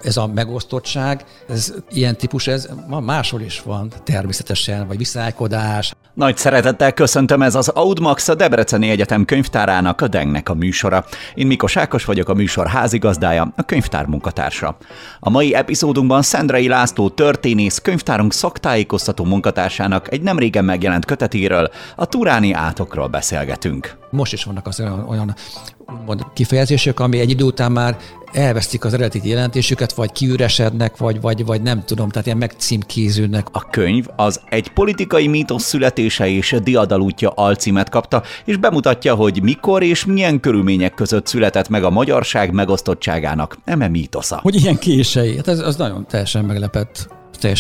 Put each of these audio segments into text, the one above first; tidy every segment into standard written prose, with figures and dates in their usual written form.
ez a megosztottság, ez ilyen típus, ez máshol is van természetesen, vagy viszálykodás. Nagy szeretettel köszöntöm, ez az Audmax, a Debreceni Egyetem könyvtárának, a DENG-nek a műsora. Én Mikos Ákos vagyok, a műsor házigazdája, a könyvtár munkatársa. A mai epizódunkban Szendrei László történész, könyvtárunk szaktájékoztató munkatársának egy nemrégen megjelent kötetéről, a turáni átokról beszélgetünk. Most is vannak az olyan kifejezések, ami egy idő után már elvesztik az eredeti jelentésüket, vagy kiüresednek, vagy nem tudom, tehát ilyen megcímkéződnek. A könyv az Egy politikai mítosz születése és diadalútja alcímet kapta, és bemutatja, hogy mikor és milyen körülmények között született meg a magyarság megosztottságának eme mítosza. Hogy ilyen késői, hát az nagyon teljesen meglepett,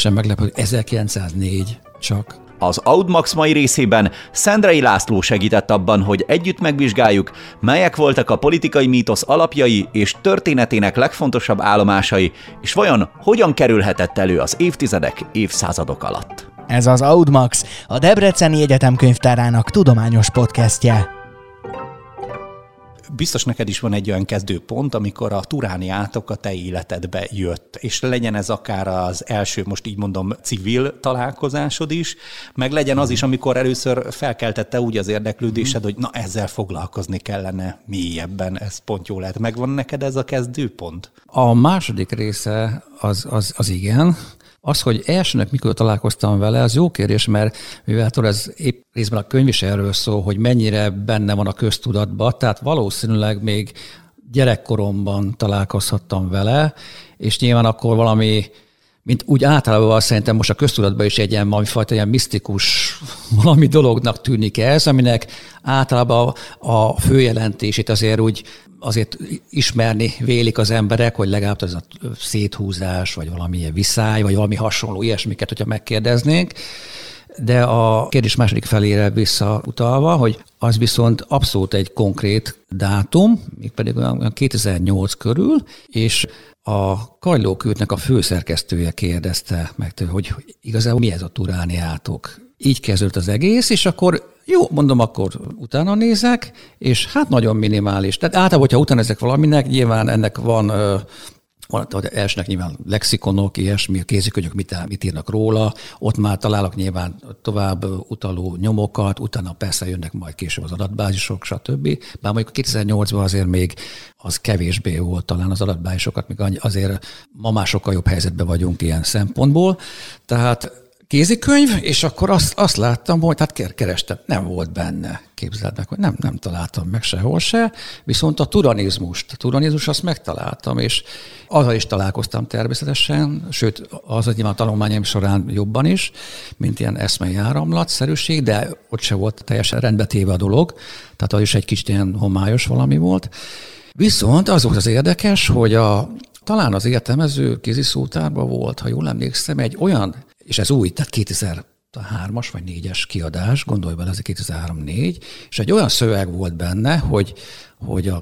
1904 csak. Az Audmax mai részében Szendrei László segített abban, hogy együtt megvizsgáljuk, melyek voltak a politikai mítosz alapjai és történetének legfontosabb állomásai, és vajon hogyan kerülhetett elő az évtizedek, évszázadok alatt. Ez az Audmax, a Debreceni Egyetem könyvtárának tudományos podcastje. Biztos neked is van egy olyan kezdőpont, amikor a turáni átok a te életedbe jött, és legyen ez akár az első, most így mondom, civil találkozásod is, meg legyen az is, amikor először felkeltette úgy az érdeklődésed, hogy na ezzel foglalkozni kellene mélyebben, ez pont jó lehet. Megvan neked ez a kezdőpont? A második része az igen. Az, hogy elsőnek mikor találkoztam vele, az jó kérdés, mert mivel ez épp részben a könyv is erről szól, hogy mennyire benne van a köztudatban, tehát valószínűleg még gyerekkoromban találkozhattam vele, és nyilván akkor valami, mint úgy általában szerintem most a köztudatban is egy ilyen valamifajta ilyen misztikus valami dolognak tűnik ez, aminek általában a főjelentését azért ismerni vélik az emberek, hogy legalább ez a széthúzás, vagy valamilyen viszály, vagy valami hasonló ilyesmiket, hogyha megkérdeznénk. De a kérdés második felére visszautalva, hogy az viszont abszolút egy konkrét dátum, mégpedig olyan 2008 körül, és a Kagylókürtnek a főszerkesztője kérdezte meg, hogy igazából mi ez a turáni átok. Így kezdődött az egész, és akkor jó, mondom, akkor utána nézek, és hát nagyon minimális. Tehát általában, hogyha utána ezek valaminek, nyilván ennek van elsőnek nyilván lexikonok, ilyesmi, kézikönyvök mit írnak róla, ott már találok nyilván tovább utaló nyomokat, utána persze jönnek majd később az adatbázisok, stb. Bár mondjuk 2008-ban azért még az kevésbé volt talán az adatbázisokat, még azért ma már sokkal jobb helyzetben vagyunk ilyen szempontból. Tehát kézikönyv, és akkor azt láttam, hogy hát kerestem, nem volt benne. Képzeld meg, hogy nem találtam meg sehol se, viszont a turanizmus azt megtaláltam, és azzal is találkoztam természetesen, sőt, az nyilván a tanulmányaim során jobban is, mint ilyen eszmei áramlatszerűség, de ott se volt teljesen rendbetéve a dolog, tehát az is egy kicsit ilyen homályos valami volt. Viszont az volt az érdekes, hogy talán az értelmező kéziszótárban volt, ha jól emlékszem, egy olyan, és ez új, tehát 2003-as vagy 4-es kiadás, gondolj bele, ez 2003-4, és egy olyan szöveg volt benne, hogy a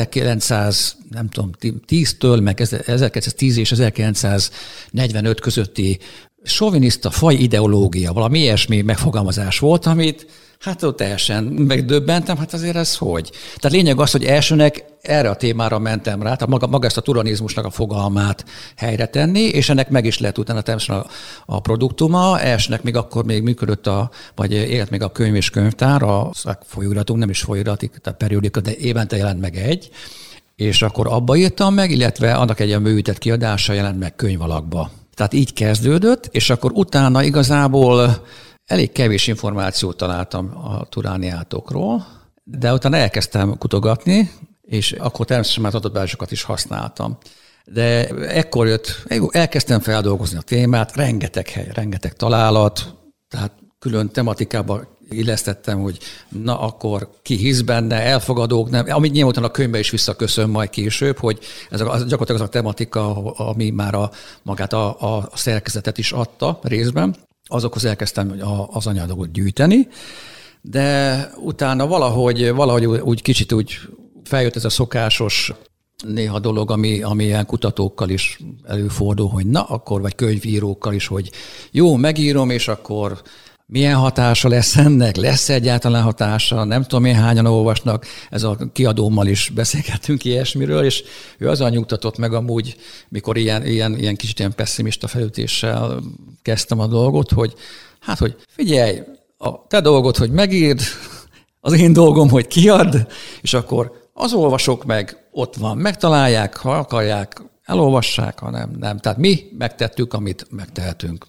1910-től, meg 1910 és 1945 közötti soviniszta fajideológia, valami ilyesmi megfogalmazás volt, amit hát ott teljesen megdöbbentem, hát azért ez hogy? Tehát lényeg az, hogy elsőnek erre a témára mentem rá, tehát maga ezt a turanizmusnak a fogalmát helyre tenni, és ennek meg is lett utána természetesen a produktuma. Elsőnek még akkor még működött vagy élt még a könyv és könyvtár, a folyóiratunk, nem is folyóiratik, tehát periódika, de évente jelent meg egy, és akkor abba írtam meg, illetve annak egy ilyen bővített kiadása jelent meg könyv alakba. Tehát így kezdődött, és akkor utána igazából elég kevés információt találtam a turáni átokról, de utána elkezdtem kutogatni, és akkor természetesen már adatbázisokat is használtam. De ekkor elkezdtem feldolgozni a témát, rengeteg találat, tehát külön tematikába illesztettem, hogy na akkor ki hisz benne, elfogadók, nem, amit nyilván a könyvbe is visszaköszön majd később, hogy ez gyakorlatilag az a tematika, ami már magát a szerkezetet is adta részben. Azokhoz elkezdtem az anyagokat gyűjteni, de utána valahogy úgy kicsit úgy feljött ez a szokásos néha dolog, ami ilyen kutatókkal is előfordul, hogy na akkor, vagy könyvírókkal is, hogy jó, megírom, és akkor milyen hatása lesz ennek, lesz egyáltalán hatása, nem tudom én hányan olvasnak, ez a kiadómmal is beszélgettünk ilyesmiről, és ő azzal nyugtatott meg amúgy, mikor ilyen kicsit ilyen pessimista felütéssel kezdtem a dolgot, hogy figyelj, a te dolgod, hogy megírd, az én dolgom, hogy kiadd, és akkor az olvasók meg ott van, megtalálják, ha akarják, elolvassák, ha nem. Tehát mi megtettük, amit megtehetünk.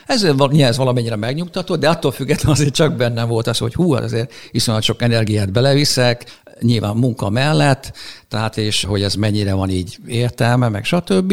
Ez valamennyire megnyugtató, de attól függetlenül azért csak bennem volt az, hogy azért iszonyat sok energiát beleviszek, nyilván munka mellett, tehát és hogy ez mennyire van így értelme, meg stb.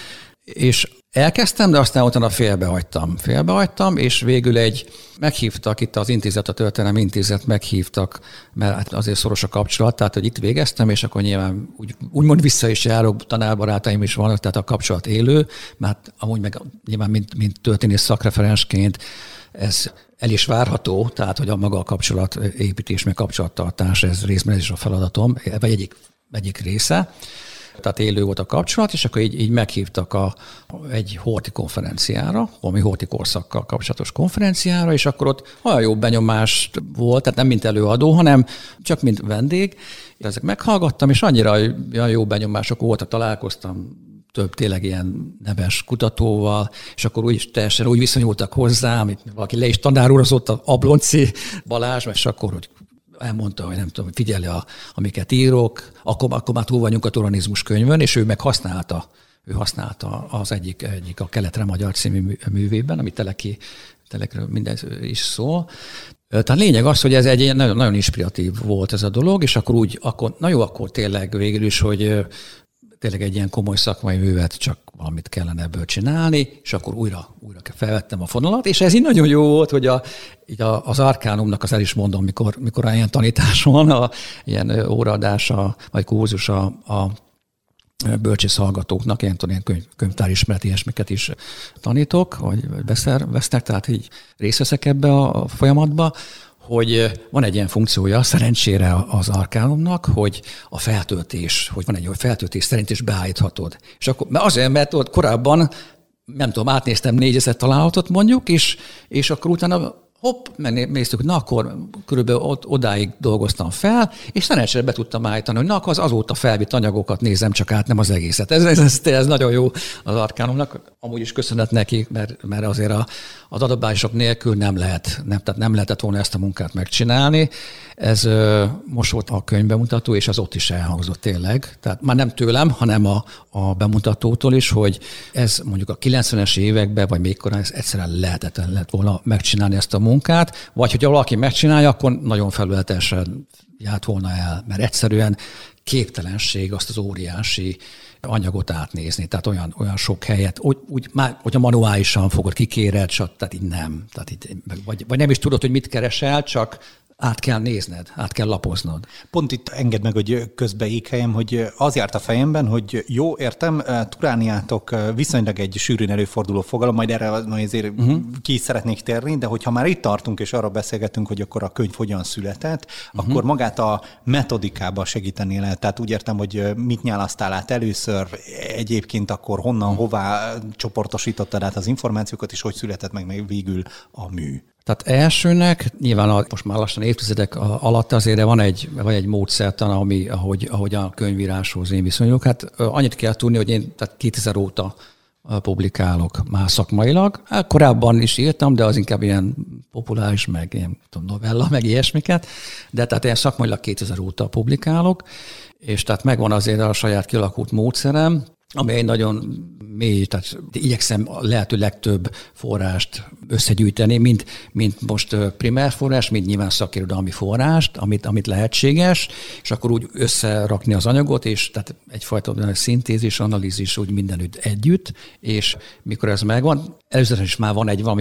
És elkezdtem, de aztán utána félbehagytam, és végül meghívtak itt az intézet, a Történelmi Intézet meghívtak, mert azért szoros a kapcsolat, tehát hogy itt végeztem, és akkor nyilván úgymond vissza is járok, tanárbarátaim is vannak, tehát a kapcsolat élő, mert amúgy meg nyilván mint történész szakreferensként ez el is várható, tehát hogy a maga a kapcsolatépítés, meg kapcsolattartás, ez részben is a feladatom, vagy egyik része. Tehát élő volt a kapcsolat, és akkor így meghívtak egy horti konferenciára, valami horti korszakkal kapcsolatos konferenciára, és akkor ott olyan jó benyomást volt, tehát nem mint előadó, hanem csak mint vendég. Ezek meghallgattam, és annyira jó benyomások voltak, találkoztam több tényleg ilyen neves kutatóval, és akkor teljesen úgy viszonyultak hozzá, amit valaki le is tanárulazott, a Ablonci Balázs, és akkor, hogy elmondta, hogy nem tudom, figyelj, amiket írok, akkor már túl vagyunk a Turanizmus könyvön, és ő meg használta az egyik a Keletre Magyar című művében, ami telekről minden is szól. Tehát lényeg az, hogy ez egy nagyon, nagyon inspiratív volt ez a dolog, és akkor tényleg végül is, hogy tényleg egy ilyen komoly szakmai művet, csak valamit kellene ebből csinálni, és akkor újra felvettem a fonalat, és ez így nagyon jó volt, hogy az Arkánumnak, az el is mondom, mikor ilyen tanítás van, ilyen óraadás, vagy kurzus a bölcsész hallgatóknak, ilyen könyvtárismeret, ilyesmiket is tanítok, vagy vesznek, tehát így részt veszek ebbe a folyamatba, hogy van egy ilyen funkciója, szerencsére az Arkánumnak, hogy a feltöltés, hogy van egy olyan feltöltés szerint is beállíthatod. És akkor, mert ott korábban, nem tudom, átnéztem 4000 találatot mondjuk, és akkor utána megnéztük, hogy akkor körülbelül odáig dolgoztam fel, és szerencsére be tudtam állítani, hogy akkor az azóta felvitt anyagokat nézem csak át, nem az egészet. Ez nagyon jó az Arkánumnak, amúgy is köszönet neki, mert azért az adatbázisok nélkül nem lehetett volna ezt a munkát megcsinálni. Ez most volt a könyvbemutató, és az ott is elhangzott tényleg. Tehát már nem tőlem, hanem a bemutatótól is, hogy ez mondjuk a 90-es években, vagy még korán egyszerűen lehetetlen lett volna megcsinálni ezt a munkát, vagy hogyha valaki megcsinálja, akkor nagyon felületesen járt volna el, mert egyszerűen képtelenség azt az óriási anyagot átnézni, tehát olyan sok helyet, úgy már, hogyha manuálisan fogod, kikéred, tehát így nem. Tehát így, vagy nem is tudod, hogy mit keresel, csak át kell nézned, át kell lapoznod. Pont itt engedd meg, hogy közbeékeljem, hogy az járt a fejemben, hogy jó, értem, Turániátok viszonylag egy sűrűn előforduló fogalom, majd erre azért ki szeretnék térni, de hogyha már itt tartunk, és arra beszélgetünk, hogy akkor a könyv hogyan született, akkor magát a metodikába segítenél el. Tehát úgy értem, hogy mit nyálasztál át először, egyébként akkor honnan, hová csoportosítottad át az információkat, és hogy született meg végül a mű. Tehát elsőnek nyilván most már lassan évtizedek alatt azért van egy módszertan, ahogy a könyvíráshoz én viszonyulok. Hát annyit kell tudni, hogy én tehát 2000 óta publikálok már szakmailag. Korábban is írtam, de az inkább ilyen populáris, meg ilyen novella, meg ilyesmiket. De tehát én szakmailag 2000 óta publikálok, és tehát megvan azért a saját kialakult módszerem, ami egy nagyon mély, tehát igyekszem a lehető legtöbb forrást összegyűjteni, mint most primer forrás, mint nyilván szakirodalmi forrást, amit lehetséges, és akkor úgy összerakni az anyagot, és tehát egyfajta szintézis, analízis úgy mindenütt együtt, és mikor ez megvan, először is már van egy valami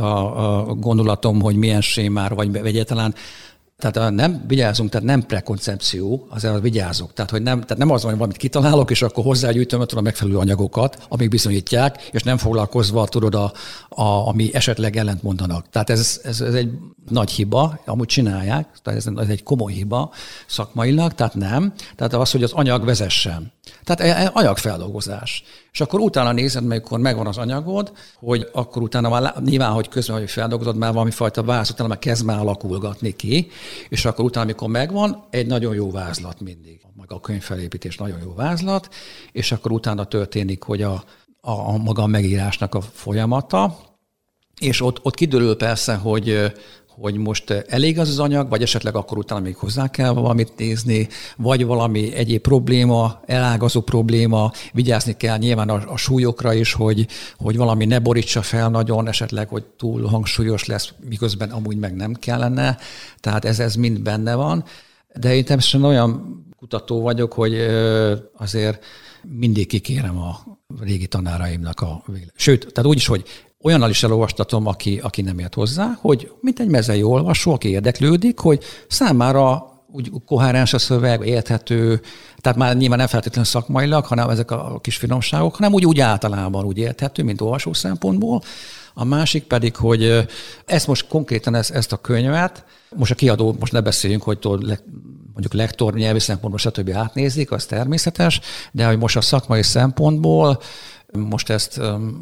fajta gondolatom, hogy milyen sémára, vagy egyáltalán. Tehát nem vigyázunk, tehát nem prekoncepció, azért vigyázok. Tehát nem az, hogy valamit kitalálok, és akkor hozzágyűjtöm a megfelelő anyagokat, amik bizonyítják, és nem foglalkozva tudod, ami esetleg ellent mondanak. Tehát ez egy nagy hiba, amúgy csinálják, tehát ez egy komoly hiba szakmailag, tehát nem. Tehát az, hogy az anyag vezessen. Tehát anyagfeldolgozás. És akkor utána nézed, amikor megvan az anyagod, hogy akkor utána már nyilván, hogy közben, hogy feldolgozod, már valami fajta váz, utána már kezd már alakulgatni ki, és akkor utána, amikor megvan, egy nagyon jó vázlat mindig. Maga a könyvfelépítés nagyon jó vázlat, és akkor utána történik, hogy a maga a megírásnak a folyamata, és ott kiderül persze, hogy most elég az anyag, vagy esetleg akkor utána még hozzá kell valamit nézni, vagy valami egyéb probléma, elágazó probléma, vigyázni kell nyilván a súlyokra is, hogy valami ne borítsa fel nagyon, esetleg, hogy túl hangsúlyos lesz, miközben amúgy meg nem kellene. Tehát ez mind benne van. De én természetesen olyan kutató vagyok, hogy azért mindig kikérem a régi tanáraimnak a véleményt. Sőt, tehát úgyis, hogy olyannal is elolvastatom, aki nem ért hozzá, hogy mint egy mezei olvasó, aki érdeklődik, hogy számára úgy koherens a szöveg, érthető, tehát már nyilván nem feltétlenül szakmailag, hanem ezek a kis finomságok, hanem úgy általában úgy érthető, mint olvasó szempontból. A másik pedig, hogy ezt most konkrétan ezt a könyvet, most a kiadó, most ne beszéljünk, hogy mondjuk lektor, nyelvi szempontból stb. Átnézik, az természetes, de hogy most a szakmai szempontból most ezt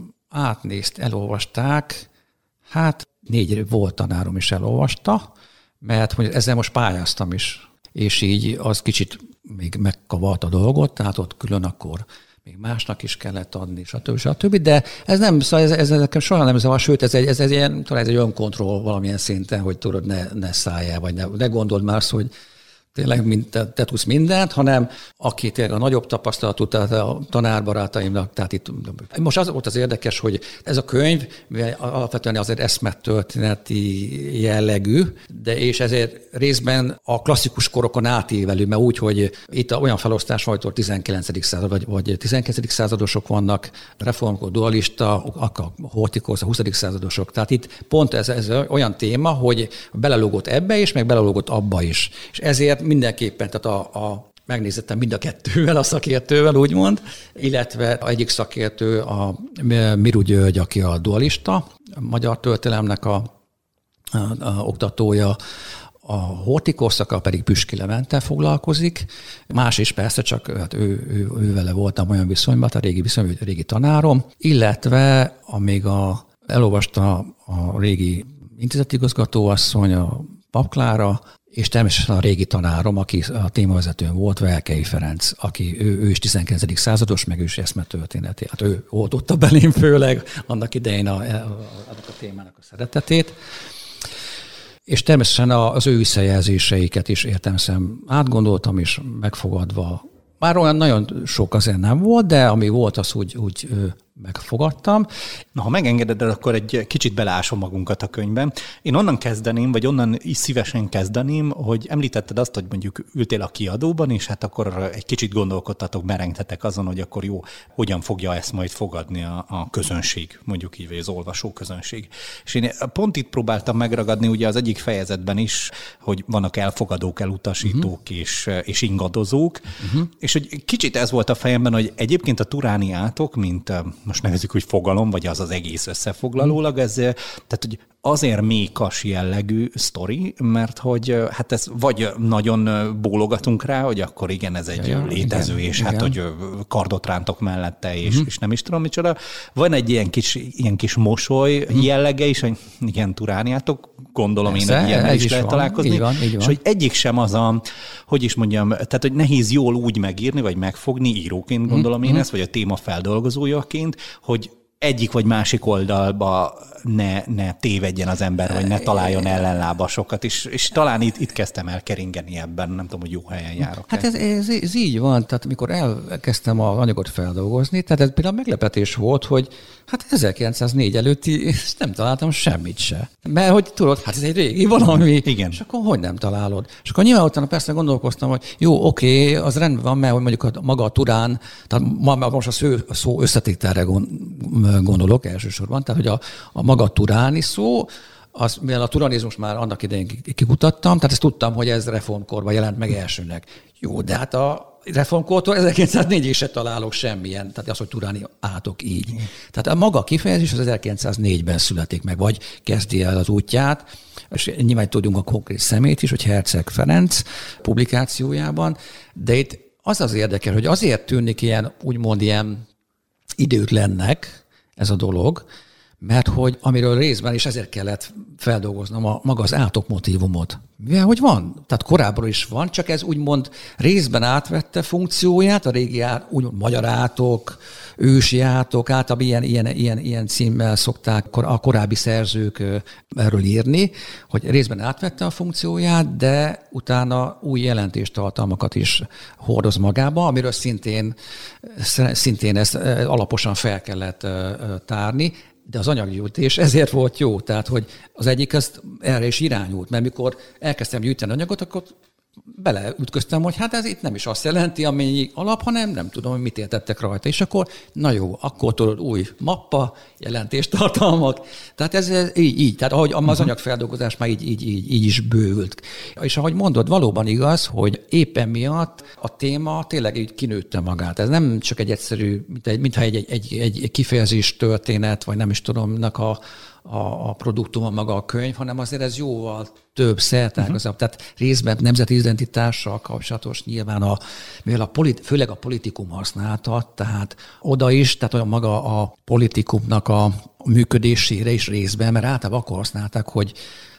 elolvasták, hát 4 volt tanárom is elolvasta, mert hogy ezzel most pályáztam is, és így az kicsit még megkavart a dolgot, tehát ott külön akkor még másnak is kellett adni, stb. De ez nem, szóval ez nekem soha nem zavar, sőt, ez egy önkontroll valamilyen szinten, hogy tudod, ne szálljál, vagy ne gondold már azt, hogy tényleg te tudsz mindent, hanem aki tényleg a nagyobb tapasztalatú, tehát a tanárbarátaimnak, tehát itt most az volt az érdekes, hogy ez a könyv, mivel alapvetően azért eszmetörténeti jellegű, de és ezért részben a klasszikus korokon átívelő, mert úgy, hogy itt olyan felosztás van, hogy 19. század, vagy 19. századosok vannak, reformkor, dualista, akkor hortikorsz, a 20. századosok. Tehát itt pont ez olyan téma, hogy belelógott ebbe is, meg belelógott abba is. És ezért mindenképpen, tehát megnézettem mind a kettővel, a szakértővel, úgymond, illetve egyik szakértő, a Miru György, aki a dualista, a magyar történelemnek a oktatója, a hortikorszaka pedig Püski Levente foglalkozik. Más is persze, csak hát ő vele voltam olyan viszonyban, tehát régi tanárom, illetve amíg elolvasta a régi intézetigazgatóasszony, a Pap Klára, és természetesen a régi tanárom, aki a témavezetőn volt, Velkei Ferenc, aki ő is 19. százados, meg ő is eszmetörténeti. Hát ő oldotta belém főleg annak idején annak a témának a szeretetét. És természetesen az ő visszajelzéseiket is értelemszerűen átgondoltam, és megfogadva. Már olyan nagyon sok azért nem volt, de ami volt, az úgy megfogadtam. Na, ha megengeded, akkor egy kicsit beleásom magunkat a könyvben. Én onnan kezdeném, vagy onnan is szívesen kezdeném, hogy említetted azt, hogy mondjuk ültél a kiadóban, és hát akkor egy kicsit gondolkodtatok, merengtetek azon, hogy akkor jó, hogyan fogja ezt majd fogadni a közönség, mondjuk így, vagy az olvasó közönség. És én pont itt próbáltam megragadni, ugye az egyik fejezetben is, hogy vannak elfogadók, elutasítók és ingadozók, és hogy kicsit ez volt a fejemben, hogy egyébként a turáni átok, mint most nevezzük, hogy fogalom, vagy az egész összefoglalólag, tehát hogy azért mékas jellegű sztori, mert hogy hát ez vagy nagyon bólogatunk rá, hogy akkor igen, ez egy létező, igen, és igen. Hát hogy kardot rántok mellette, és nem is tudom micsoda. Van egy ilyen kis mosoly jellege is, hogy igen, turániátok, gondolom én, hogy ilyennel is lehet találkozni. Így van. És hogy egyik sem az hogy is mondjam, tehát hogy nehéz jól úgy megírni, vagy megfogni, íróként gondolom én ezt, vagy a téma feldolgozójaként, hogy egyik vagy másik oldalba ne tévedjen az ember, vagy ne találjon ellenlábasokat, és talán itt kezdtem el keringeni ebben, nem tudom, hogy jó helyen járok. Hát ez így van, tehát amikor elkezdtem az anyagot feldolgozni, tehát ez például meglepetés volt, hogy hát 1904 előtti nem találtam semmit se. Mert hogy tudod, hát ez egy régi valami, igen. És akkor hogy nem találod? És akkor nyilván utána persze gondolkoztam, hogy jó, oké, az rendben van, mert hogy mondjuk maga a turán, tehát most a szó összetételre gondolok elsősorban, tehát hogy a maga turáni szó, mivel a turanizmus már annak idején kikutattam, tehát ezt tudtam, hogy ez reformkorban jelent meg elsőnek. Jó, de hát a reformkortól 1904-ig se találok semmilyen, tehát az, hogy turáni átok így. Tehát a maga kifejezés az 1904-ben születik meg, vagy kezdi el az útját, és nyilván tudjunk a konkrét szemét is, hogy Herceg Ferenc publikációjában, de itt az érdekel, hogy azért tűnik ilyen, úgymond ilyen időtlennek ez a dolog, mert hogy amiről részben is ezért kellett feldolgoznom maga az átokmotívumot. Mivel hogy van, tehát korábban is van, csak ez úgymond részben átvette funkcióját, a régi úgymond magyar átok, ősi átok, általában ilyen címmel szokták a korábbi szerzők erről írni, hogy részben átvette a funkcióját, de utána új jelentéstartalmakat is hordoz magába, amiről szintén ezt alaposan fel kellett tárni, de az anyaggyűjtés ezért volt jó. Tehát, hogy az egyik erre is irányult, mert mikor elkezdtem gyűjteni anyagot, akkor beleütköztem, hogy hát ez itt nem is azt jelenti, amennyi alap, hanem nem tudom, hogy mit értettek rajta. És akkor, na jó, akkor tudod, új mappa, jelentéstartalmak. Tehát ez így. Tehát ahogy az anyagfeldolgozás már így is bővült. És ahogy mondod, valóban igaz, hogy éppen miatt a téma tényleg így kinőtte magát. Ez nem csak egy egyszerű, mintha egy kifejezés történet, vagy nem is tudom, a produktuma maga a könyv, hanem azért ez jóval több szertágazabb. Tehát részben nemzeti identitással kapcsolatos nyilván mivel főleg a politikum használta, tehát oda is, tehát maga a politikumnak a működésére is részben, mert általában akkor használták, hogy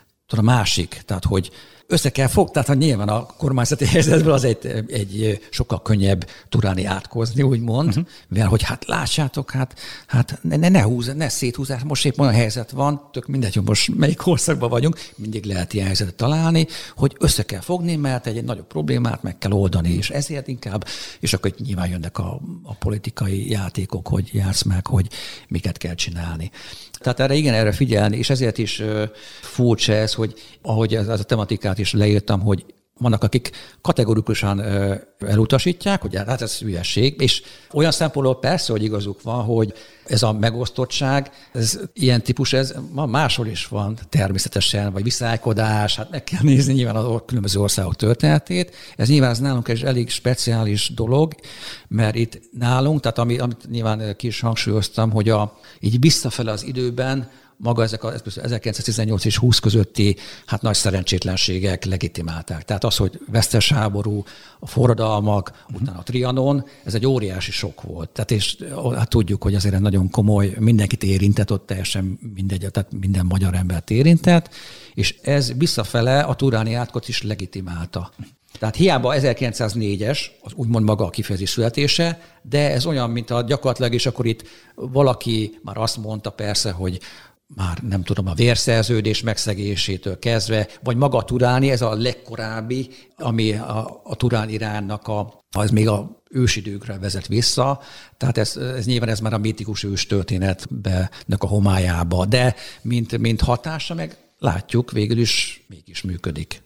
a másik, tehát hogy össze kell fogni, tehát nyilván a kormányzati helyzetből az egy sokkal könnyebb turáni átkozni, úgymond, mivel hogy hát lássátok, hát ne széthúzás, most épp olyan helyzet van, tök mindegy, hogy most melyik korszakban vagyunk, mindig lehet ilyen helyzetet találni, hogy össze kell fogni, mert egy nagyobb problémát meg kell oldani, és ezért inkább, és akkor nyilván jönnek a politikai játékok, hogy játsz meg, hogy miket kell csinálni. Tehát erre figyelni, és ezért is furcsa ez, hogy ahogy ez a tematikát is leírtam, hogy vannak, akik kategorikusan elutasítják, hogy hát ez hülyesség, és olyan szempontból persze, hogy igazuk van, hogy ez a megosztottság, ez ilyen típus, ez máshol is van természetesen, vagy viszálykodás, hát meg kell nézni nyilván a különböző országok történetét. Ez nyilván az nálunk egy elég speciális dolog, mert itt nálunk, tehát amit nyilván ki is hangsúlyoztam, hogy így visszafele az időben maga ezek a 1918 és 20 közötti nagy szerencsétlenségek legitimálták. Tehát az, hogy vesztes háború, a forradalmak, utána a Trianon, ez egy óriási sok volt. Tehát és hát tudjuk, hogy azért nagyon komoly, mindenkit érintett, ott teljesen mindegy, tehát minden magyar embert érintett, és ez visszafele a turáni átkot is legitimálta. Tehát hiába 1904-es, az úgymond maga a kifejezés születése, de ez olyan, mint gyakorlatilag, és akkor itt valaki már azt mondta persze, hogy már nem tudom, a vérszerződés megszegésétől kezdve, vagy maga a turáni, ez a legkorábbi, ami a turán-iránnak az még a ősidőkre vezet vissza, tehát ez nyilván ez már a mítikus ős történetnek a homályába, de mint hatása meg látjuk, végül is mégis működik.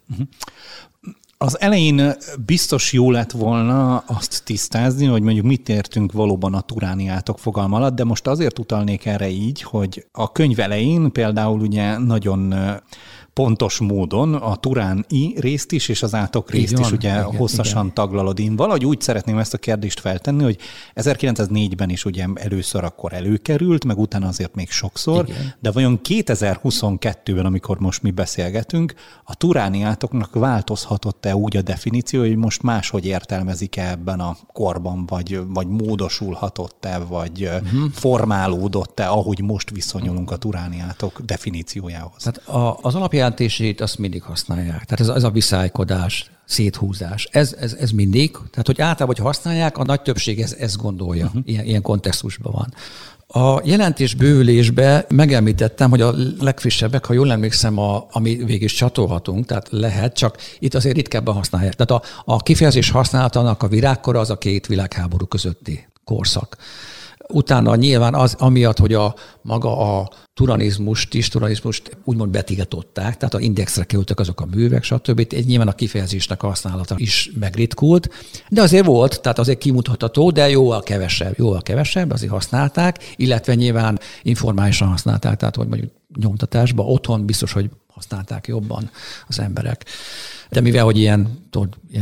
Az elején biztos jó lett volna azt tisztázni, hogy mondjuk mit értünk valóban a turáni átok fogalma alatt, de most azért utalnék erre így, hogy a könyv elején például ugye nagyon pontos módon a turáni részt is, és az átok részt is ugye hosszasan taglalod. Én valahogy úgy szeretném ezt a kérdést feltenni, hogy 1904-ben is ugye először akkor előkerült, meg utána azért még sokszor, de vajon 2022-ben, amikor most mi beszélgetünk, a turáni átoknak változhatott-e úgy a definíció, hogy most máshogy értelmezik-e ebben a korban, vagy módosulhatott-e, vagy formálódott-e, ahogy most viszonyulunk a turáni átok definíciójához? Tehát az alapjelentését azt mindig használják. Tehát ez a viszálykodás, széthúzás. Ez mindig. Tehát, hogy általában, hogy használják, a nagy többség ezt gondolja. Ilyen kontextusban van. A jelentés bővülésbe megemlítettem, hogy a legfrissebbek, ha jól emlékszem, ami végig is csatolhatunk, tehát lehet, csak itt azért ritkábban használják. Tehát a kifejezés használatának a virágkora az a két világháború közötti korszak. Utána nyilván az, amiatt, hogy maga a turanizmust úgymond betiltották, tehát a indexre kerültek azok a művek, stb. Nyilván a kifejezésnek a használata is megritkult, de azért volt, tehát azért kimutatható, de jóval kevesebb, azért használták, illetve nyilván informálisan használták, tehát hogy mondjuk nyomtatásban, otthon biztos, hogy használták jobban az emberek. De mivel, hogy ilyen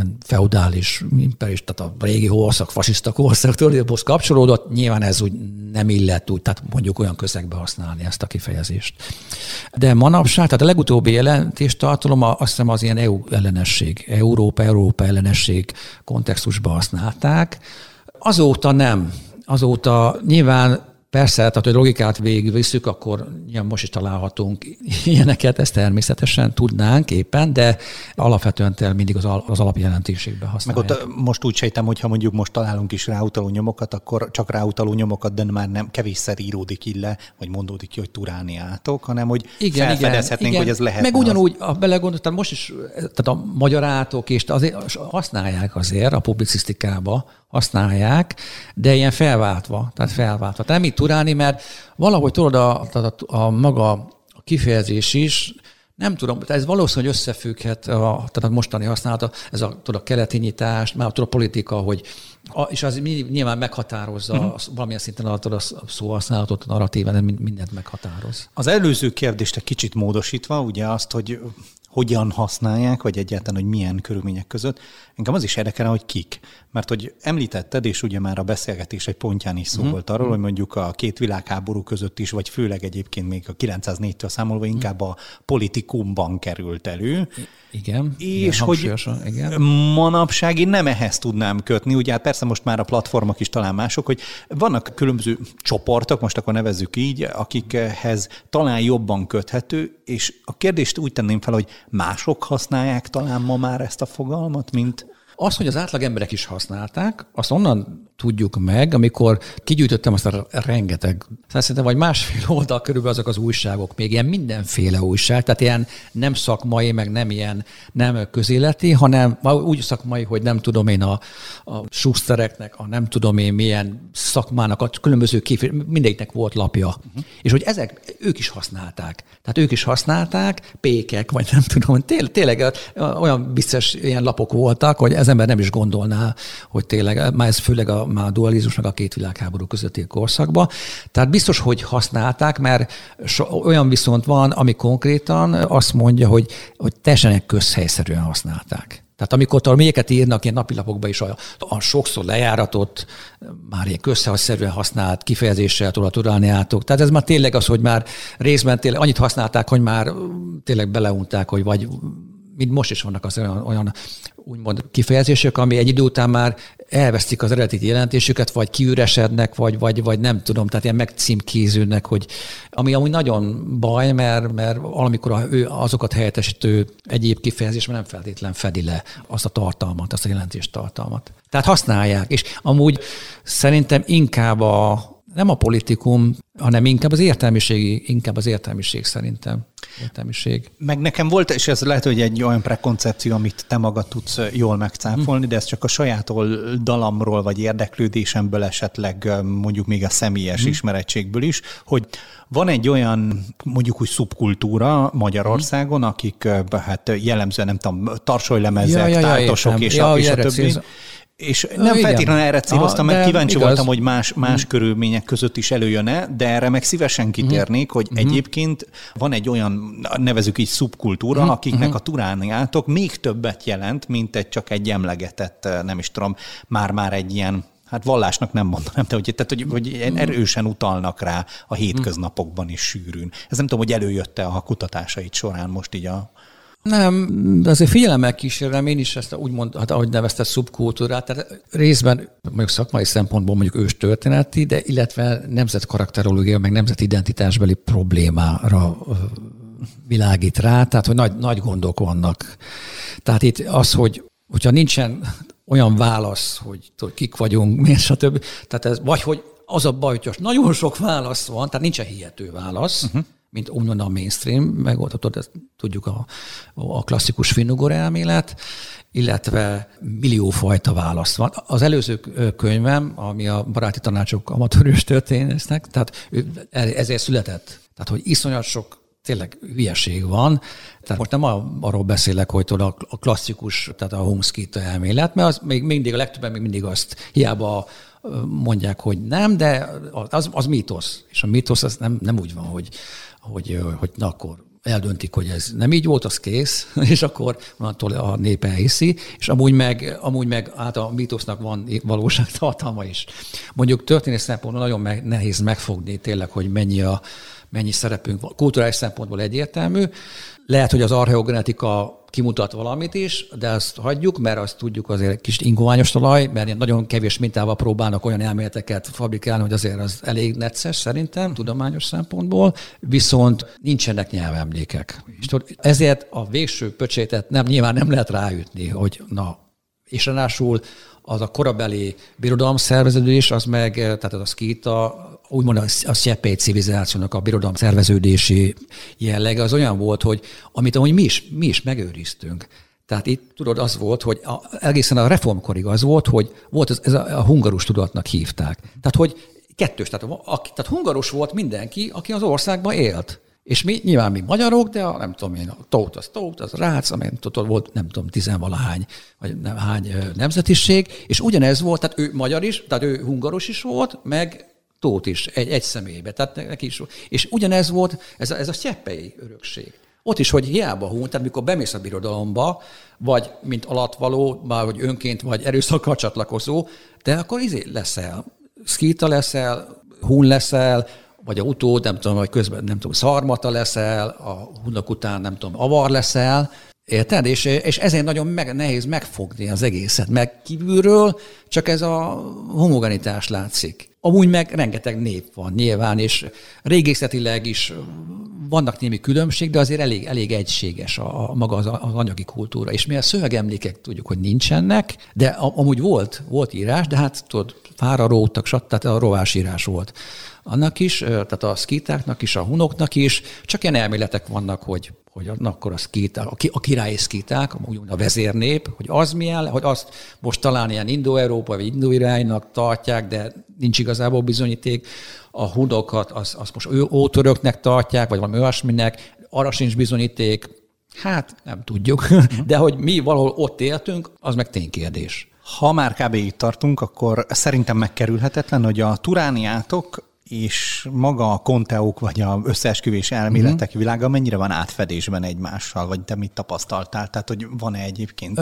feudális, imperialista, tehát a régi korszak, fasiszta korszak kapcsolódott, nyilván ez úgy nem illett úgy, tehát mondjuk olyan közegbe használni ezt a kifejezést. De manapság, tehát a legutóbbi jelentéstartalom azt hiszem az ilyen EU ellenesség, Európa ellenesség kontextusban használták. Azóta nem. Azóta nyilván persze, tehát hogy logikát végigvisszük, akkor most is találhatunk ilyeneket, ezt természetesen tudnánk éppen, de alapvetően mindig az alapjelentéségben használják. Meg ott most úgy sejtem, hogyha mondjuk most találunk is ráutaló nyomokat, akkor csak ráutaló nyomokat, de már nem kevésszer íródik így le, vagy mondódik ki, hogy turániátok, hanem hogy felfedezhetnénk, hogy ez lehet. Meg ugyanúgy, belegondoltam, most is, tehát a magyar átok is azért használják azért a publicisztikába, használják, de ilyen felváltva. Tehát nem így turálni, mert valahogy tudod a maga a kifejezés is, nem tudom, ez valószínűleg összefügghet tehát a mostani használata, ez a keleti nyitás, a politika, és az nyilván meghatározza valamilyen szinten a szóhasználatot, a narratíven, mindent meghatároz. Az előző kérdést egy kicsit módosítva, ugye azt, hogy hogyan használják, vagy egyáltalán, hogy milyen körülmények között. Engem az is érdekelne, hogy kik. Mert hogy említetted, és ugye már a beszélgetés egy pontján is szó volt arról, hogy mondjuk a két világháború között is, vagy főleg egyébként még a 904-től számolva inkább a politikumban került elő. Igen. És hogy manapság én nem ehhez tudnám kötni. Ugye hát persze most már a platformok is talán mások, hogy vannak különböző csoportok, most akkor nevezzük így, akikhez talán jobban köthető, és a kérdést úgy tenném fel, hogy mások használják talán ma már ezt a fogalmat, mint... Az, hogy az átlag emberek is használták, azt onnan tudjuk meg, amikor kigyűjtöttem azt a rengeteg, szerintem vagy másfél oldal körülbelül azok az újságok, még ilyen mindenféle újság, tehát ilyen nem szakmai, meg nem ilyen nem közéleti, hanem úgy szakmai, hogy nem tudom én a Schustereknek, a nem tudom én milyen szakmának, a különböző mindegyiknek volt lapja. És hogy ők is használták. Tehát ők is használták, pékek, vagy nem tudom, tényleg olyan biztos ilyen lapok voltak, hogy ez ember nem is gondolná, hogy tényleg, már ez főleg a dualizmus meg a két világháború közötti korszakban. Tehát biztos, hogy használták, mert olyan viszont van, ami konkrétan azt mondja, hogy teljesen közhelyszerűen használták. Tehát amikor mélyeket írnak ilyen napilapokban is a sokszor lejáratot, már ilyen közhelyszerűen használt kifejezéssel tudod turániátok. Tehát ez már tényleg az, hogy már részben tényleg annyit használták, hogy már tényleg beleunták, hogy vagy mint most is vannak az olyan úgymond kifejezések, ami egy idő után már elvesztik az eredeti jelentésüket, vagy kiüresednek, vagy nem tudom, tehát ilyen megcímkéződnek, hogy ami amúgy nagyon baj, mert valamikor azokat helyettesítő egyéb kifejezés nem feltétlen fedi le azt a tartalmat, azt a jelentés tartalmat. Tehát használják, és amúgy szerintem inkább nem a politikum, hanem inkább az értelmiség szerintem. Értelmiség. Meg nekem volt, és ez lehet, hogy egy olyan prekoncepció, amit te magad tudsz jól megcáfolni, de ez csak a saját oldalamról, vagy érdeklődésemből esetleg mondjuk még a személyes ismerettségből is, hogy van egy olyan mondjuk úgy szubkultúra Magyarországon, akik hát jellemzően nem tudom, tarsolylemezek, táltosok és a többi. És nem feltétlenül erre céloztam, mert kíváncsi voltam, hogy más körülmények között is előjön-e, de erre meg szívesen kitérnék, hogy egyébként van egy olyan, nevezük így szubkultúra, akiknek a turániátok még többet jelent, mint csak egy emlegetett, nem is tudom, már egy ilyen, hát vallásnak nem mondanám, de hogy erősen utalnak rá a hétköznapokban is sűrűn. Ez nem tudom, hogy előjött-e a kutatásait során most így a... Nem, de azért figyelemmel kísérem én is ezt úgymond, hát ahogy nevezte, szubkultúrát, tehát részben mondjuk szakmai szempontból mondjuk őstörténeti, de illetve nemzetkarakterológia, meg nemzetidentitásbeli problémára világít rá, tehát hogy nagy gondok vannak. Tehát itt az, hogyha nincsen olyan válasz, hogy kik vagyunk, miért, stb. Tehát ez, vagy hogy az a baj, hogy nagyon sok válasz van, tehát nincsen hihető válasz, mint úgymond a mainstream, megoldhatod, ezt tudjuk a klasszikus finnugor elmélet, illetve milliófajta válasz van. Az előző könyvem, ami a Baráti tanácsok amatőrös történésznek, tehát ezért született. Tehát, hogy iszonyat sok tényleg hülyeség van. Tehát most nem arról beszélek, hogy a klasszikus, tehát a Homskit elmélet, mert az még mindig, a legtöbben még mindig azt hiába mondják, hogy nem, de az mítosz. És a mítosz az nem úgy van, hogy na akkor eldöntik, hogy ez nem így volt, az kész, és akkor onnantól a nép elhiszi, és amúgy meg hát a mítosznak van valóságtartalma is. Mondjuk történész szempontból nagyon nehéz megfogni tényleg, hogy mennyi szerepünk van. Kulturális szempontból egyértelmű. Lehet, hogy az archeogenetika kimutat valamit is, de azt hagyjuk, mert azt tudjuk azért egy kis ingoványos talaj, mert nagyon kevés mintával próbálnak olyan elméleteket fabrikálni, hogy azért az elég necces szerintem, tudományos szempontból, viszont nincsenek nyelvemlékek. Ezért a végső pöcsétet nyilván nem lehet ráütni, hogy és ráadásul az a korabeli birodalom szerveződés, az meg, tehát az a szkíta, úgymond a sztyeppei civilizációnak a birodalom szerveződési jellege az olyan volt, hogy amit amúgy mi is megőriztünk. Tehát itt tudod, az volt, hogy egészen a reformkorig az volt, hogy volt ez a hungarus tudatnak hívták. Tehát, hogy kettős, tehát hungarus volt mindenki, aki az országban élt. És nyilván mi magyarok, de nem tudom én, a tót, az rác, amely volt, nem tudom, 10-valahány, vagy hány nemzetiség, és ugyanez volt, tehát ő magyar is, tehát ő hungaros is volt, meg tót is, egy személybe. Tehát neki is, és ugyanez volt, ez a sztyeppei örökség. Ott is, hogy hiába tehát mikor bemész a birodalomba, vagy mint alattvaló, már hogy önként, vagy erőszakkal csatlakozó, de akkor leszel, szkíta leszel, hun leszel, vagy a utód, nem tudom, vagy közben, nem tudom, szarmata leszel, a hunok után, nem tudom, avar leszel, érted? És ezért nagyon nehéz megfogni az egészet, meg kívülről csak ez a homogenitás látszik. Amúgy meg rengeteg nép van nyilván, és régészetileg is vannak némi különbség, de azért elég egységes maga az anyagi kultúra. És mi a szövegemlékek tudjuk, hogy nincsenek, de amúgy volt írás, de hát tudod, fárarótak, tehát a rovásírás volt. Annak is, tehát a szkítáknak is, a hunoknak is, csak ilyen elméletek vannak, hogy akkor a szkíták, a királyi szkíták, a vezérnép, hogy az milyen, hogy azt most talán ilyen indo-európa vagy indo-iránynak tartják, de nincs igazából bizonyíték. A hunokat azt most ótöröknek tartják, vagy valami olyasminek, arra sincs bizonyíték. Hát nem tudjuk, de hogy mi valahol ott éltünk, az meg ténykérdés. Ha már kb. Itt tartunk, akkor szerintem megkerülhetetlen, hogy a turániátok és maga a konteók, vagy az összeesküvés elméletek világa mennyire van átfedésben egymással, vagy te mit tapasztaltál? Tehát, hogy van-e egyébként?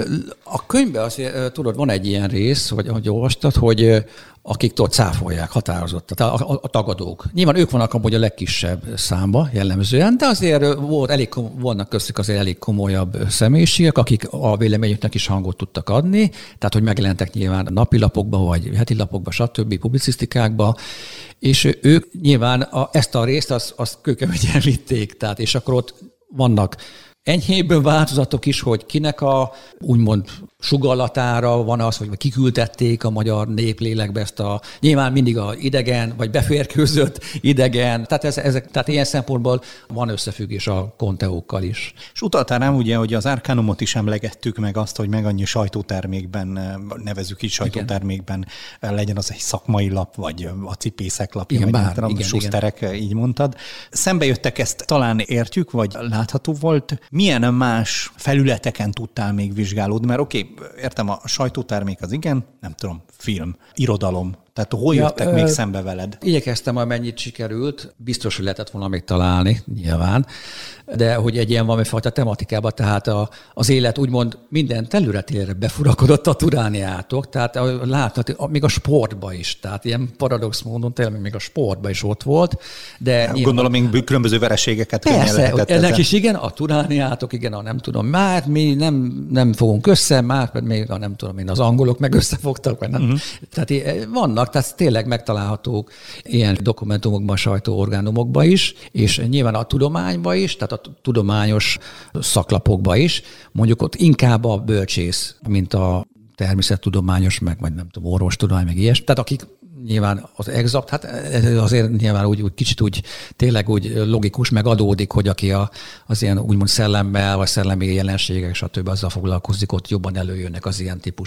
A könyvben azért, tudod, van egy ilyen rész, hogy olvastad, hogy akik ott cáfolják határozottan, a tagadók. Nyilván ők vannak amúgy a legkisebb számba jellemzően, de azért vannak köztük azért elég komolyabb személyiségek, akik a véleményüknek is hangot tudtak adni, tehát hogy megjelentek nyilván napilapokba, vagy heti lapokba, stb. Publicisztikákba, és ők nyilván ezt a részt azt kőkeményen vitték, tehát és akkor ott vannak enyhébb változatok is, hogy kinek a úgymond sugallatára van az, hogy kiküldették a magyar néplélekbe ezt nyilván mindig a idegen, vagy beférkőzött idegen, tehát ilyen szempontból van összefüggés a konteókkal is. És utaltál rám ugye, hogy az Arcanumot is emlegettük meg azt, hogy meg annyi sajtótermékben, nevezzük így sajtótermékben, legyen az egy szakmai lap, vagy a cipészek lapja, igen, vagy Schusterek, így mondtad. Szembe jöttek, ezt talán értjük, vagy látható volt. Milyen más felületeken tudtál még vizsgálódni? Mert oké, értem, a sajtótermék az igen, nem tudom, film, irodalom. Tehát hol jöttek még szembe veled? Igyekeztem, amennyit sikerült, biztos, hogy lehetett volna még találni, nyilván, de hogy egy ilyen valamifajta tematikába, tehát az élet úgymond minden területére befurakodott a turániátok, tehát látható, még a sportba is, tehát ilyen paradox módon tényleg még a sportba is ott volt. De gondolom, még különböző vereségeket lehetett. Ennek is igen, a turániátok, igen, nem tudom, már mi nem fogunk össze, már még nem tudom én, az angolok meg összefogtak, vagy nem. Tehát vannak, tehát tényleg megtalálhatók ilyen dokumentumokban, sajtóorgánumokban is, és nyilván a tudományban is, tehát a tudományos szaklapokban is, mondjuk ott inkább a bölcsész, mint a természettudományos, meg vagy nem tudom, orvostudomány, meg ilyes. Tehát akik nyilván az exakt, hát azért nyilván úgy kicsit úgy tényleg úgy logikus, meg adódik, hogy aki az ilyen úgymond szellemmel, vagy szellemi jelenségek, stb. Azzal foglalkozik, ott jobban előjönnek az ilyen típusú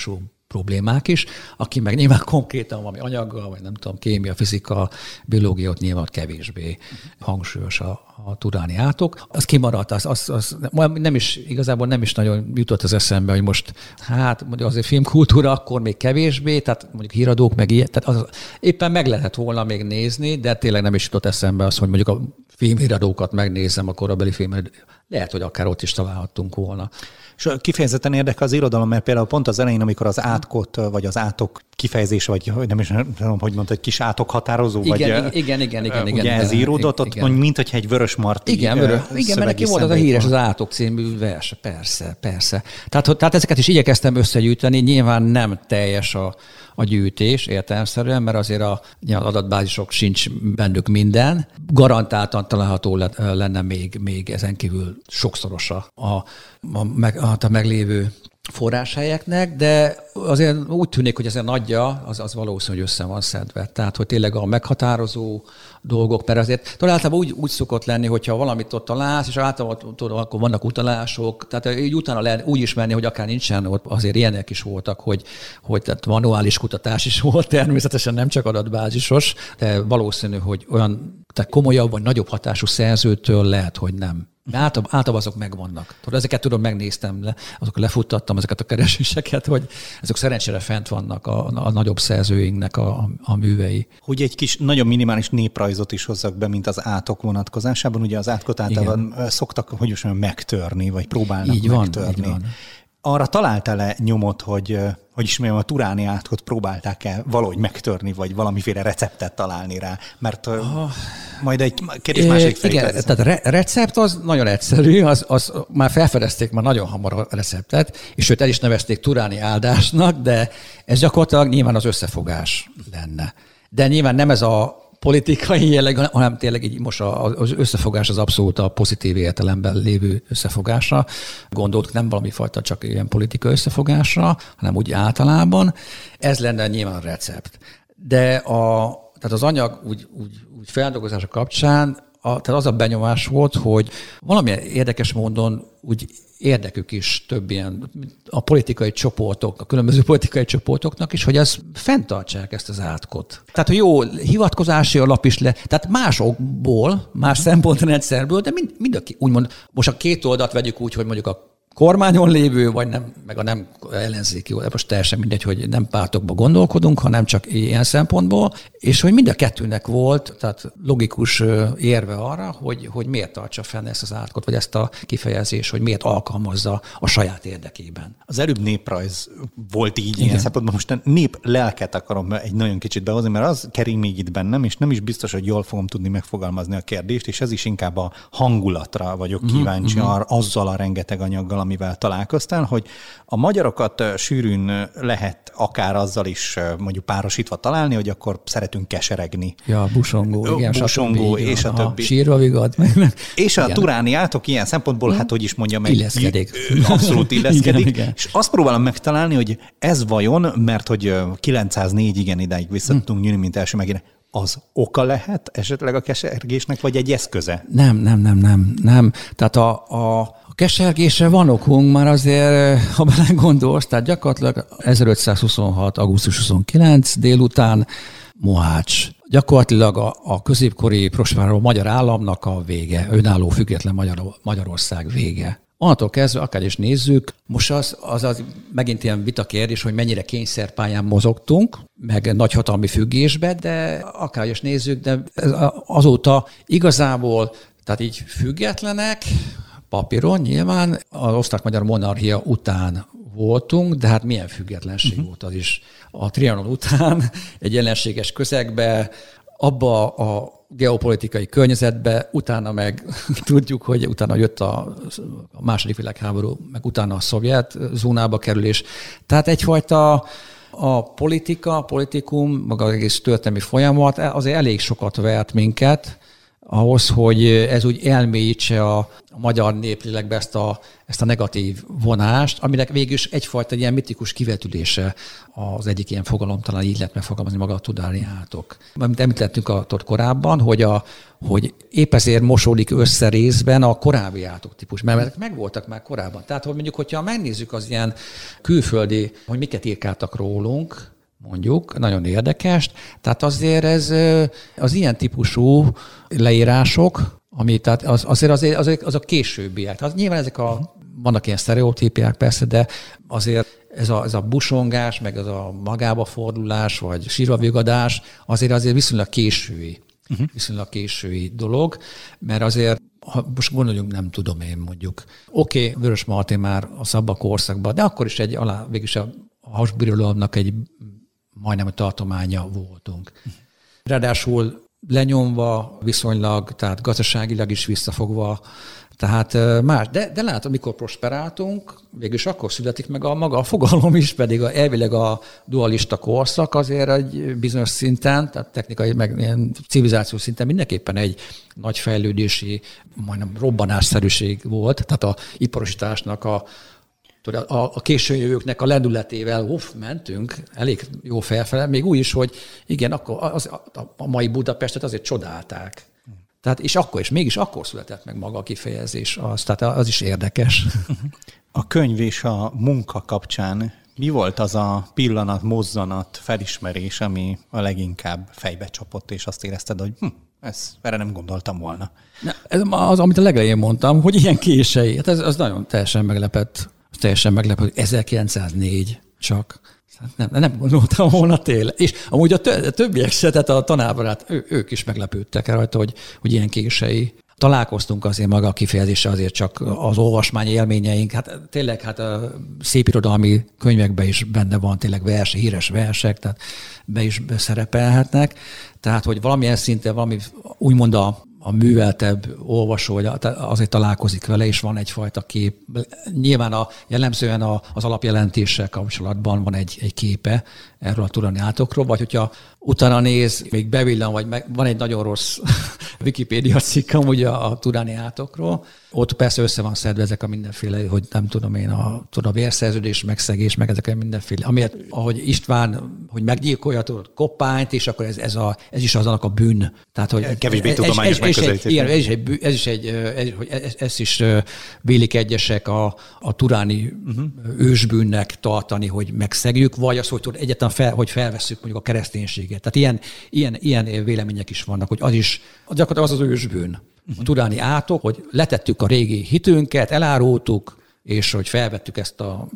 problémák is, aki meg nyilván konkrétan valami anyaggal, vagy nem tudom, kémia, fizika, biológia, ott nyilván kevésbé hangsúlyos a turáni átok. Az kimaradt, az nem is, igazából nem is nagyon jutott az eszembe, hogy most, hát mondjuk azért filmkultúra akkor még kevésbé, tehát mondjuk híradók meg ilyen, tehát az éppen meg lehetett volna még nézni, de tényleg nem is jutott eszembe az, hogy mondjuk a filmhíradókat megnézem, a korabeli filmhíradókat. Lehet, hogy akár ott is találhattunk volna. És kifejezetten érdekel az irodalom, mert például pont az elején, amikor az átkot, vagy az átok kifejezése, vagy nem is tudom, hogy mondta, egy kis átok határozó, igen. Ugye ez íródott, ott mondjuk, mint hogyha egy Vörös Marti igen, mert neki volt az a híres, az Átok című vers, persze. Tehát ezeket is igyekeztem összegyűjteni, nyilván nem teljes a gyűjtés értelemszerűen, mert azért az adatbázisok sincs bennük minden. Garantáltan található lenne még ezen kívül sokszorosa a meglévő forráshelyeknek, de azért úgy tűnik, hogy ez a nagyja, az valószínű, hogy össze van szedve. Tehát, hogy tényleg a meghatározó dolgok, mert azért találtalában úgy szokott lenni, hogyha valamit ott találsz, és általában akkor vannak utalások, tehát így utána lehet úgy ismerni, hogy akár nincsen, ott azért ilyenek is voltak, hogy tehát manuális kutatás is volt természetesen, nem csak adatbázisos, de valószínű, hogy olyan tehát komolyabb vagy nagyobb hatású szerzőtől lehet, hogy nem. De általában azok megvannak. Ezeket tudom, megnéztem, azok lefuttattam ezeket a kereséseket, hogy ezek szerencsére fent vannak a nagyobb szerzőinknek a művei. Hogy egy kis, nagyon minimális néprajzot is hozzak be, mint az átok vonatkozásában. Ugye az átkot általában szoktak, hogy is mondjam, megtörni, vagy próbálnak így megtörni. Így van. Arra találtál-e nyomot, hogy is mondjam, a turáni átkot próbálták-e valahogy megtörni, vagy valamiféle receptet találni rá? Mert majd egy kérdés másik felé. Igen, tehát recept az nagyon egyszerű, az már felfedezték már nagyon hamar a receptet, és sőt el is nevezték turáni áldásnak, de ez gyakorlatilag nyilván az összefogás lenne. De nyilván nem ez a politikai jelleg, hanem tényleg így most az összefogás az abszolút a pozitív értelemben lévő összefogásra. Gondoltuk nem valami fajta csak ilyen politikai összefogásra, hanem úgy általában. Ez lenne nyilván a recept. De tehát az anyag úgy feldolgozása kapcsán tehát az a benyomás volt, hogy valamilyen érdekes módon úgy érdekük is több ilyen a politikai csoportok, a különböző politikai csoportoknak is, hogy ezt fenntartsák ezt az átkot. Tehát, hogy jó hivatkozási alap is tehát másokból, más szempontrendszerből, de mind úgymond most a két oldalt vegyük úgy, hogy mondjuk a kormányon lévő, vagy nem, meg a nem ellenzéki, most teljesen mindegy, hogy nem pártokba gondolkodunk, hanem csak ilyen szempontból, és hogy mind a kettőnek volt, tehát logikus érve arra, hogy miért tartsa fenn ezt az átkot, vagy ezt a kifejezést, hogy miért alkalmazza a saját érdekében. Az előbb néprajz volt így ilyen szempontból, most a nép lelket akarom egy nagyon kicsit behozni, mert az kering még itt bennem, és nem is biztos, hogy jól fogom tudni megfogalmazni a kérdést, és ez is inkább a hangulatra vagyok kíváncsi, azzal a rengeteg anyaggal, amivel találkoztál, hogy a magyarokat sűrűn lehet akár azzal is mondjuk párosítva találni, hogy akkor szeretünk keseregni. Ja, busongó, igen. Busongó, és a többi. Sírva vigad. És a turáni átok ilyen szempontból, hát hogy is mondjam, illeszkedik. Abszolút illeszkedik. Igen. És azt próbálom megtalálni, hogy ez vajon, mert hogy 904 igen idáig vissza tudunk nyúlni, mint első megint, az oka lehet esetleg a kesergésnek, vagy egy eszköze? Nem. Tehát a kesergésre van okunk már azért, ha belegondolsz, tehát gyakorlatilag 1526. augusztus 29 délután Mohács. Gyakorlatilag a középkori prosperáló magyar államnak a vége, önálló független Magyarország vége. Onnantól kezdve, akár is nézzük, most az megint ilyen vitakérdés, hogy mennyire kényszerpályán mozogtunk, meg nagyhatalmi függésbe, de akár is nézzük, de azóta igazából, tehát így függetlenek, papíron nyilván az osztrák-magyar monarchia után voltunk, de hát milyen függetlenség volt az is. A Trianon után egy ellenséges közegbe, abba a geopolitikai környezetbe, utána meg tudjuk, hogy utána jött a második világháború, meg utána a szovjet zónába kerülés. Tehát egyfajta a politikum, maga az egész történelmi folyamat azért elég sokat vert minket, ahhoz, hogy ez úgy elmélyítse a magyar néplélekbe ezt a negatív vonást, aminek végül is egyfajta ilyen mitikus kivetülése az egyik ilyen fogalom, talán így lehet megfogalmazni maga a tudáni átok. Amit említettünk ott korábban, hogy épp ezért mosódik össze részben a korábbi átoktípus, mert megvoltak már korábban. Tehát, hogy mondjuk, hogyha megnézzük az ilyen külföldi, hogy miket írkáltak rólunk, mondjuk, nagyon érdekes. Tehát azért ez az ilyen típusú leírások, ami tehát az a későbbiek. Tehát nyilván vannak ilyen sztereotípiák persze, de azért ez a busongás, meg ez a magába fordulás, vagy sírvavigadás azért viszonylag késői. Viszonylag késői dolog, mert azért, ha most gondoljunk, nem tudom én mondjuk. Oké, Vörös Marti már a szabad korszakban, de akkor is végülis a Habsburg-birodalomnak egy majdnem a tartománya voltunk. Ráadásul lenyomva viszonylag, tehát gazdaságilag is visszafogva, tehát más. De látod, mikor prosperáltunk, végülis akkor születik meg maga a fogalom is, pedig elvileg a dualista korszak azért egy bizonyos szinten, tehát technikai, meg ilyen civilizációs szinten mindenképpen egy nagy fejlődési, majdnem robbanásszerűség volt, tehát a iparosításnak a későn jövőknek a lendületével mentünk, elég jó felfele, még úgy is, hogy igen, akkor a mai Budapestet azért csodálták. Tehát, és mégis akkor született meg maga a kifejezés, tehát az is érdekes. A könyv és a munka kapcsán mi volt az a pillanat, mozzanat, felismerés, ami a leginkább fejbe csapott, és azt érezted, hogy erre nem gondoltam volna? Ez az, amit a legelején mondtam, hogy ilyen késői. Hát az nagyon teljesen meglepett, hogy 1904 csak. Nem gondoltam volna tényleg. És amúgy a többiek se, tehát a tanárbarát, ők is meglepődtek rajta, hogy ilyen késői. Találkoztunk azért maga a kifejezése, azért csak az olvasmány élményeink. Hát tényleg a szépirodalmi könyvekben is benne van tényleg híres versek, tehát be is szerepelhetnek. Tehát, hogy valamilyen szinten valami úgymond a műveltebb olvasó, azért találkozik vele, és van egyfajta kép. Nyilván jellemzően az alapjelentéssel kapcsolatban van egy képe erről a tudáni átokról, vagy hogyha utána néz, még bevillan, vagy van egy nagyon rossz Wikipédia cikk amúgy a tudáni átokról. Ott persze össze van szedve ezek a mindenféle, hogy nem tudom én, a vérszerződés, megszegés, meg ezek a mindenféle. Amiért, ahogy István, hogy meggyilkolja a koppányt, és akkor ez is azonnak a bűn. Tehát, hogy kevésbé tudományos megközelítés. Igen, ez is vélik egyesek a turáni ősbűnnek tartani, hogy megszegjük, vagy az, hogy egyáltalán hogy felvesszük mondjuk a kereszténységet. Tehát ilyen vélemények is vannak, hogy az is gyakorlatilag az ősbűn. A turáni átok, hogy letettük a régi hitünket, elárultuk, és hogy felvettük ezt a,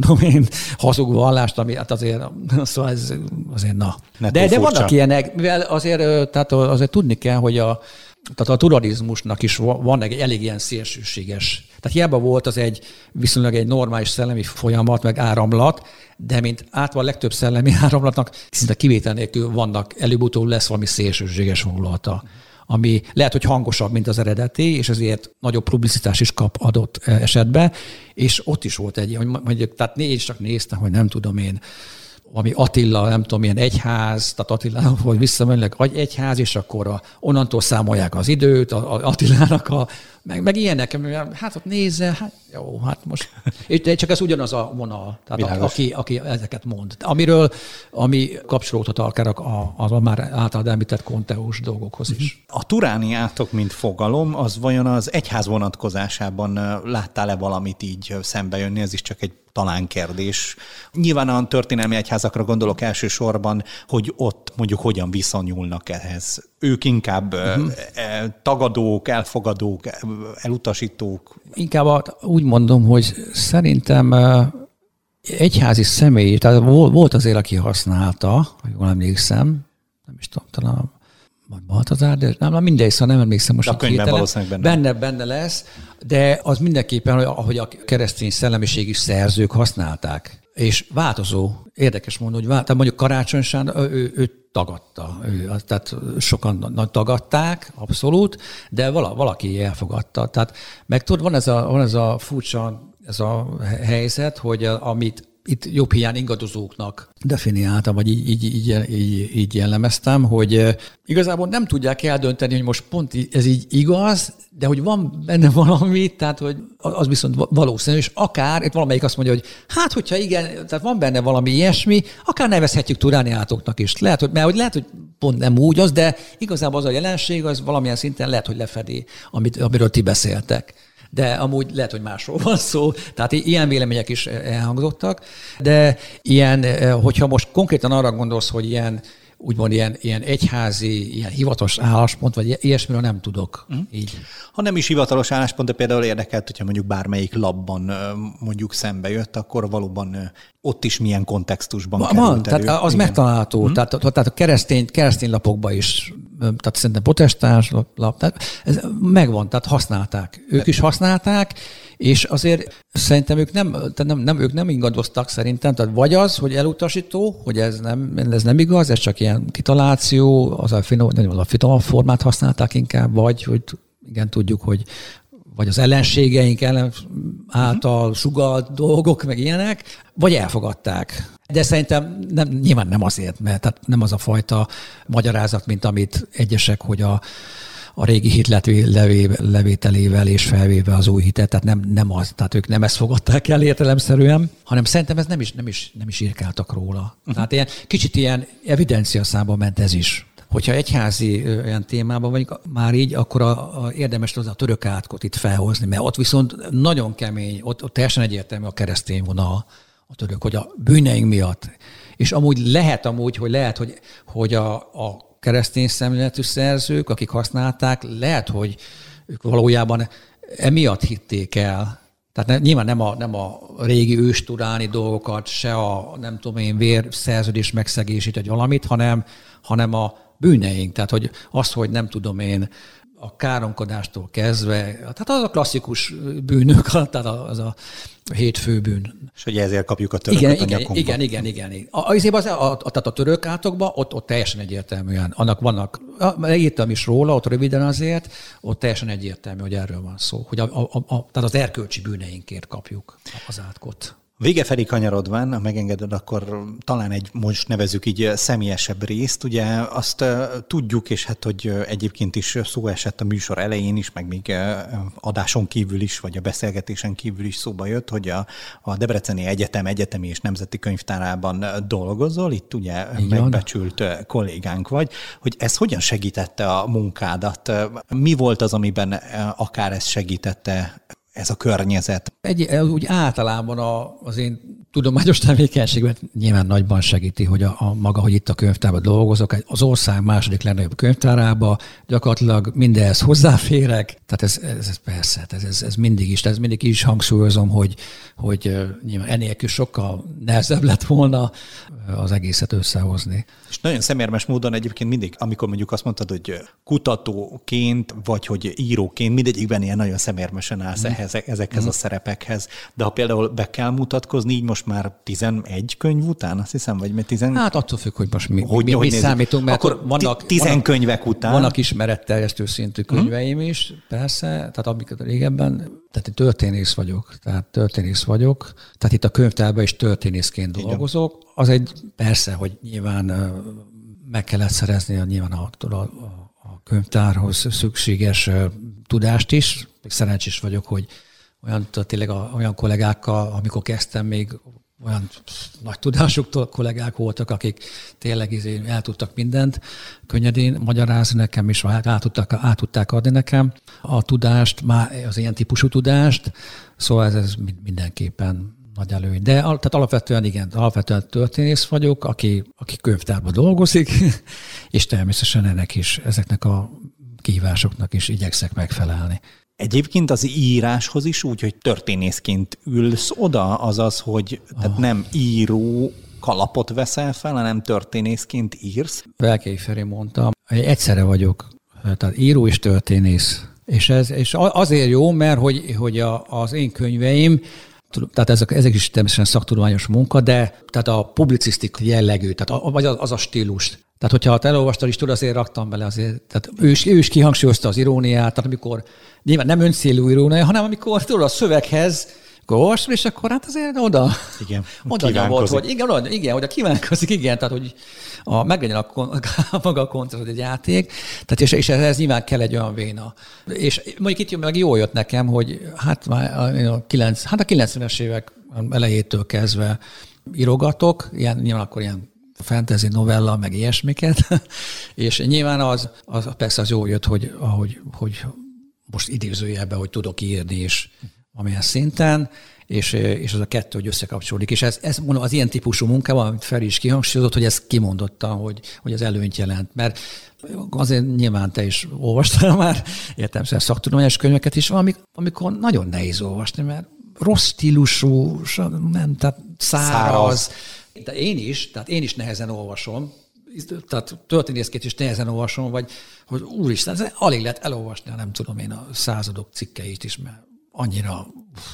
hazug vallást, ami hát azért, szóval ez azért na. De vannak ilyenek, mivel azért tudni kell, hogy a turadizmusnak is van egy elég ilyen szélsőséges. Tehát hiába volt az viszonylag egy normális szellemi folyamat, meg áramlat, de mint általában a legtöbb szellemi áramlatnak szinte kivétel nélkül vannak, előbb-utóbb lesz valami szélsőséges vonulata, ami lehet, hogy hangosabb, mint az eredeti, és ezért nagyobb publicitás is kap adott esetben, és ott is volt egy, hogy mondjuk, tehát csak néztem, hogy nem tudom én, ami Attila, nem tudom, milyen egyház, tehát Attilának volt visszamenőleg egyház, és akkor onnantól számolják az időt, Attilának meg ilyenek, hát ott nézze, hát jó, hát most. De csak ez ugyanaz a vonal, tehát aki ezeket mond. Ami kapcsolódhat akár az már általad említett konteós dolgokhoz is. A turáni átok, mint fogalom, az vajon az egyház vonatkozásában láttál-e valamit így szembe jönni? Ez is csak egy talán kérdés. Nyilván a történelmi egyházakra gondolok elsősorban, hogy ott mondjuk hogyan viszonyulnak ehhez. Ők inkább tagadók, elfogadók, elutasítók? Inkább úgy mondom, hogy szerintem egyházi személy, tehát volt azért, aki használta, ha jól emlékszem, nem is tudom, talán vagy Baltazár, de nem mindegy, szóval nem emlékszem most. De a könyvben valószínűleg benne lesz, de az mindenképpen, ahogy a keresztény szellemiségi szerzők használták. És változó, érdekes mondani, hogy tehát mondjuk Karácsony Sándor, ő tagadta. Tehát sokan tagadták, abszolút, de valaki elfogadta. Tehát meg tudod, van ez a furcsa ez a helyzet, hogy amit itt jobb hiány ingadozóknak definiáltam, vagy így jellemeztem, hogy igazából nem tudják eldönteni, hogy most pont ez így igaz, de hogy van benne valami, tehát hogy az viszont valószínű, és akár, itt valamelyik azt mondja, hogy hát, hogyha igen, tehát van benne valami ilyesmi, akár nevezhetjük turáni átoknak is. Lehet, hogy pont nem úgy az, de igazából az a jelenség, az valamilyen szinten lehet, hogy lefedi, amiről ti beszéltek. De amúgy lehet, hogy másról van szó. Tehát ilyen vélemények is elhangzottak. De ilyen, hogyha most konkrétan arra gondolsz, hogy ilyen egyházi, ilyen hivatalos álláspont, vagy ilyesmiről nem tudok. Így. Ha nem is hivatalos álláspont, de például érdekelt, hogyha mondjuk bármelyik labban mondjuk szembe jött, akkor valóban ott is milyen kontextusban került elő. Tehát az megtalálható. Tehát a keresztény lapokban is, tehát szerintem protestáns lap, tehát ez megvan, tehát használták. Ők is használták, és azért szerintem ők nem ingadoztak szerintem, tehát vagy az, hogy elutasító, hogy ez nem igaz, ez csak ilyen kitaláció, az a finom formát használták inkább, vagy hogy igen, tudjuk, hogy vagy az ellenségeink által sugalt dolgok, meg ilyenek, vagy elfogadták. De szerintem nyilván nem azért, mert tehát nem az a fajta magyarázat, mint amit egyesek, hogy a régi hit levételével és felvéve az új hitet, tehát nem az, tehát ők nem ezt fogadták el értelemszerűen, hanem szerintem ez nem is írkáltak róla. Tehát kicsit ilyen evidencia számba ment ez is. Hogyha egyházi olyan témában vagyunk már így, akkor érdemes az a török átkot itt felhozni, mert ott viszont nagyon kemény, ott teljesen egyértelmű a keresztény vonal a török, hogy a bűneink miatt. És amúgy lehet, hogy a keresztény szemléletű szerzők, akik használták, lehet, hogy ők valójában emiatt hitték el. Tehát nyilván nem a régi ősturáni dolgokat, se a nem tudom én vérszerződés megszegését, vagy valamit, hanem a bűneink. Tehát hogy nem tudom én, a káromkodástól kezdve, tehát az a klasszikus bűnök, tehát az a 7 főbűn. És hogy ezért kapjuk a törököt a nyakunkba. Igen. Tehát a török átokban ott teljesen egyértelműen, annak vannak, írtam is róla, ott röviden azért, ott teljesen egyértelmű, hogy erről van szó, hogy tehát az erkölcsi bűneinkért kapjuk az átkot. Vége felé kanyarodván, ha megengeded, akkor talán most nevezzük így személyesebb részt. Ugye azt tudjuk, és hát, hogy egyébként is szó esett a műsor elején is, meg még adáson kívül is, vagy a beszélgetésen kívül is szóba jött, hogy a Debreceni Egyetem egyetemi és nemzeti könyvtárában dolgozol, itt ugye megbecsült kollégánk vagy, hogy ez hogyan segítette a munkádat? Mi volt az, amiben akár ez segítette ez a környezet? Úgy általában az én tudományos tevékenységben nyilván nagyban segíti, hogy a maga, hogy itt a könyvtárban dolgozok, az ország második legnagyobb könyvtárába, gyakorlatilag mindenhez hozzáférek, tehát ez persze, ez mindig is hangsúlyozom, hogy nyilván enélkül sokkal nehezebb lett volna az egészet összehozni. És nagyon szemérmes módon egyébként mindig, amikor mondjuk azt mondtad, hogy kutatóként, vagy hogy íróként, mindegyikben ilyen nagyon szemérmesen állsz ezekhez a szerepekhez. De ha például be kell mutatkozni, így most már 11 könyv után, azt hiszem, vagy 10... Hát attól függ, hogy most mi számítunk, mert akkor vannak 10 könyvek után. Vannak ismeretterjesztő szintű könyveim is, persze, tehát amiket régebben, tehát történész vagyok. Tehát itt a könyvtárban is történészként dolgozok. Az egy persze, hogy nyilván meg kellett szerezni nyilván a könyvtárhoz szükséges tudást is. Szerencsés vagyok, hogy olyan kollégákkal, amikor kezdtem, még olyan nagy tudású kollégák voltak, akik tényleg el tudtak mindent könnyedén magyarázni nekem, és át tudták adni nekem a tudást, az ilyen típusú tudást. Szóval ez mindenképpen nagy előny. De tehát alapvetően történész vagyok, aki könyvtárban dolgozik, és természetesen ezeknek a kihívásoknak is igyekszek megfelelni. Egyébként az íráshoz is úgy, hogy történészként ülsz oda, azaz, hogy tehát nem író kalapot veszel fel, hanem történészként írsz? Velkei Feri mondta, hogy egyszerre vagyok, tehát író és történész. És azért jó, mert hogy az én könyveim, tehát ezek is természetesen szaktudományos munka, de tehát a publicisztik jellegű, tehát vagy az a stílus. Tehát, hogyha te elolvastad is, tudod, azért raktam bele azért. Tehát ő is kihangsúlyozta az iróniát, tehát amikor nyilván nem öncélú irónia, hanem amikor tudod, a szöveghez Akkor olvasol, és akkor hát azért oda nyomod, hogy igen, oda kívánkozik, igen, tehát hogy meglegyen maga a kontraszt egy játék, tehát és ez nyilván kell egy olyan véna. És mondjuk itt meg jól jött nekem, hogy hát a 90-es évek elejétől kezdve írogatok, nyilván akkor ilyen fantasy novella, meg ilyesmiket, és nyilván az persze az jól jött, hogy most idézőjelben, hogy tudok írni is amilyen szinten, és az a kettő, hogy összekapcsolódik. És ez mondom, az ilyen típusú munkában, amit Feri is kihangsúlyozott, hogy ez kimondottan, hogy az előnyt jelent. Mert azért nyilván te is olvastál már értelemszerűen szaktudományos könyveket is, amikor nagyon nehéz olvasni, mert rossz stílusú, nem, tehát száraz. De én is nehezen olvasom, tehát történészként is nehezen olvasom, vagy hogy úristen, ez alig lehet elolvasni, nem tudom én a századok cikkeit is, mert annyira,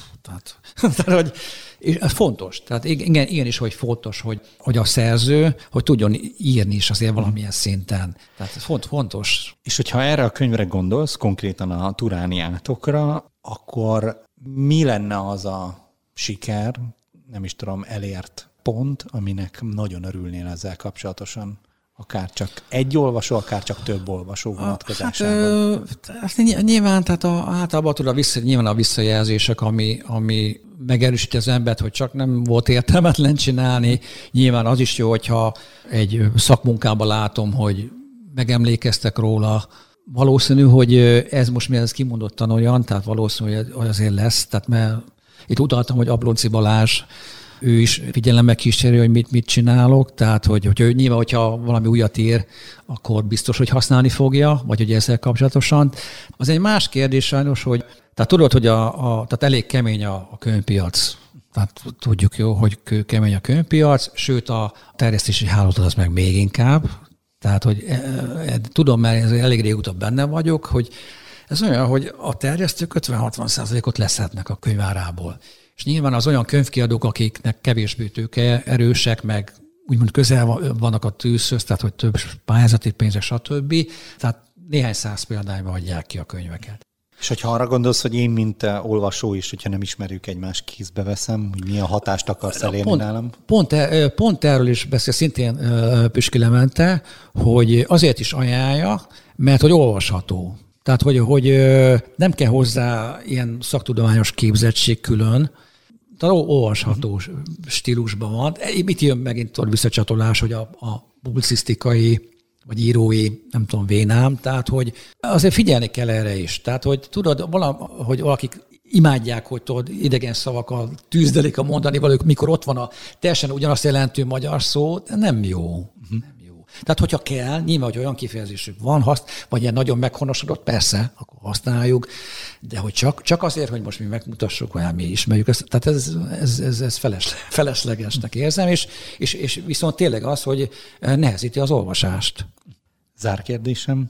tehát hogy és ez fontos. Tehát igenis, hogy fontos, hogy a szerző, hogy tudjon írni is azért valamilyen szinten. Tehát ez fontos. És hogyha erre a könyvre gondolsz, konkrétan a Turáni átokra, akkor mi lenne az a siker, nem is tudom, elért pont, aminek nagyon örülnél ezzel kapcsolatosan? Akár csak egy olvasó, akár csak több olvasó vonatkozásában. Hát nyilván, tehát általában nyilván a visszajelzések, ami megerősíti az embert, hogy csak nem volt értelmetlen csinálni. Nyilván az is jó, hogyha egy szakmunkában látom, hogy megemlékeztek róla. Valószínű, hogy ez most mi ez kimondottan olyan, tehát valószínű, hogy azért lesz. Tehát mert itt utaltam, hogy Ablonci Balázs, ő is figyelemmel kíséri, hogy mit csinálok, tehát hogy ő nyilván, hogyha valami újat ír, akkor biztos, hogy használni fogja, vagy hogy ezzel kapcsolatosan. Az egy más kérdés sajnos, hogy tehát tudod, hogy tehát elég kemény a könyvpiac. Tehát tudjuk jó, hogy kemény a könyvpiac, sőt a terjesztési hálózat az meg még inkább. Tehát, hogy tudom, mert elég régóta benne vagyok, hogy ez olyan, hogy a terjesztők 50-60%-ot leszednek a könyvárából. És nyilván az olyan könyvkiadók, akiknek kevésbé tőke erősek, meg úgymond közel vannak a tűzhöz, tehát hogy több pályázati pénzek, stb. Tehát néhány száz példányban adják ki a könyveket. És hogyha arra gondolsz, hogy én, mint olvasó is, hogyha nem ismerjük egymást, kézbe veszem, hogy milyen hatást akarsz elérni nálam? Pont erről is beszél szintén Püski Levente, hogy azért is ajánlja, mert hogy olvasható. Tehát, hogy nem kell hozzá ilyen szaktudományos képzettség külön, tehát olvasható stílusban van. Itt jön megint a visszacsatolás, hogy a publicisztikai vagy írói, nem tudom, vénám, tehát hogy azért figyelni kell erre is. Tehát, hogy tudod, hogy valakik imádják, hogy tudod, idegen szavakkal tűzdelik a mondani valók, mikor ott van a teljesen ugyanazt jelentő magyar szó, de nem jó. Nem jó. Tehát, hogyha kell, nyilván, hogy olyan kifejezésük van, vagy ilyen nagyon meghonosodott, persze, akkor használjuk, de hogy csak azért, hogy most mi megmutassuk, hogy mi ismerjük ezt, tehát ez feleslegesnek érzem, és viszont tényleg az, hogy nehezíti az olvasást. Zárkérdésem.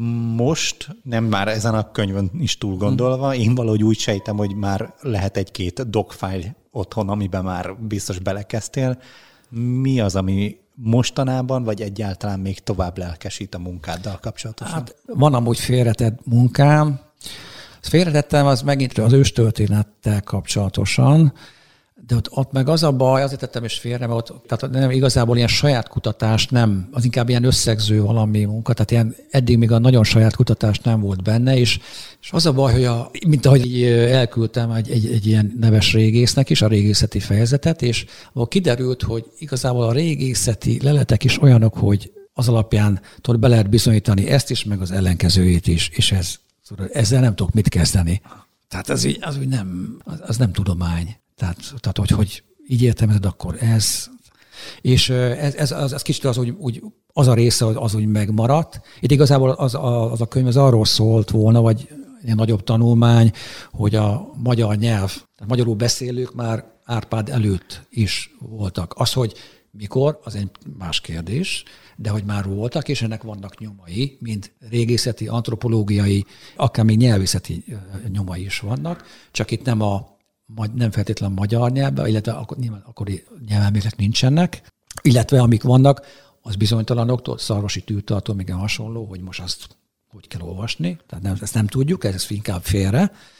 Most, nem már ezen a könyvön is túl gondolva, én valahogy úgy sejtem, hogy már lehet egy-két docfile otthon, amiben már biztos belekezdtél. Mi az, ami mostanában, vagy egyáltalán még tovább lelkesít a munkáddal kapcsolatosan? Hát van amúgy félretett munkám. Félretettem az megint az őstörténettel kapcsolatosan, de ott meg az a baj, azért tettem is félre, mert ott tehát nem igazából ilyen saját kutatás nem, az inkább ilyen összegző valami munka, tehát ilyen eddig még a nagyon saját kutatás nem volt benne, és az a baj, hogy mint ahogy elküldtem egy ilyen neves régésznek is, a régészeti fejezetet, és ahol kiderült, hogy igazából a régészeti leletek is olyanok, hogy az alapján tudod, be lehet bizonyítani ezt is, meg az ellenkezőjét is, és ezzel nem tudok mit kezdeni. Tehát az úgy nem tudomány. Tehát hogy így értelmezed, akkor ez. És ez kicsit az a része, az úgy megmaradt. Itt igazából az a könyv az arról szólt volna, vagy egy nagyobb tanulmány, hogy a magyar nyelv, tehát magyarul beszélők már Árpád előtt is voltak. Az, hogy mikor, az egy más kérdés, de hogy már voltak, és ennek vannak nyomai, mint régészeti, antropológiai, akár még nyelvészeti nyomai is vannak, csak itt nem feltétlenül magyar nyelvben, illetve nyilván akkori nyelvelméletek nincsenek, illetve amik vannak, az bizonytalanoktól, Szarvasi Tűrtartól még hasonló, hogy most azt hogy kell olvasni, tehát ezt nem tudjuk, ez inkább félre.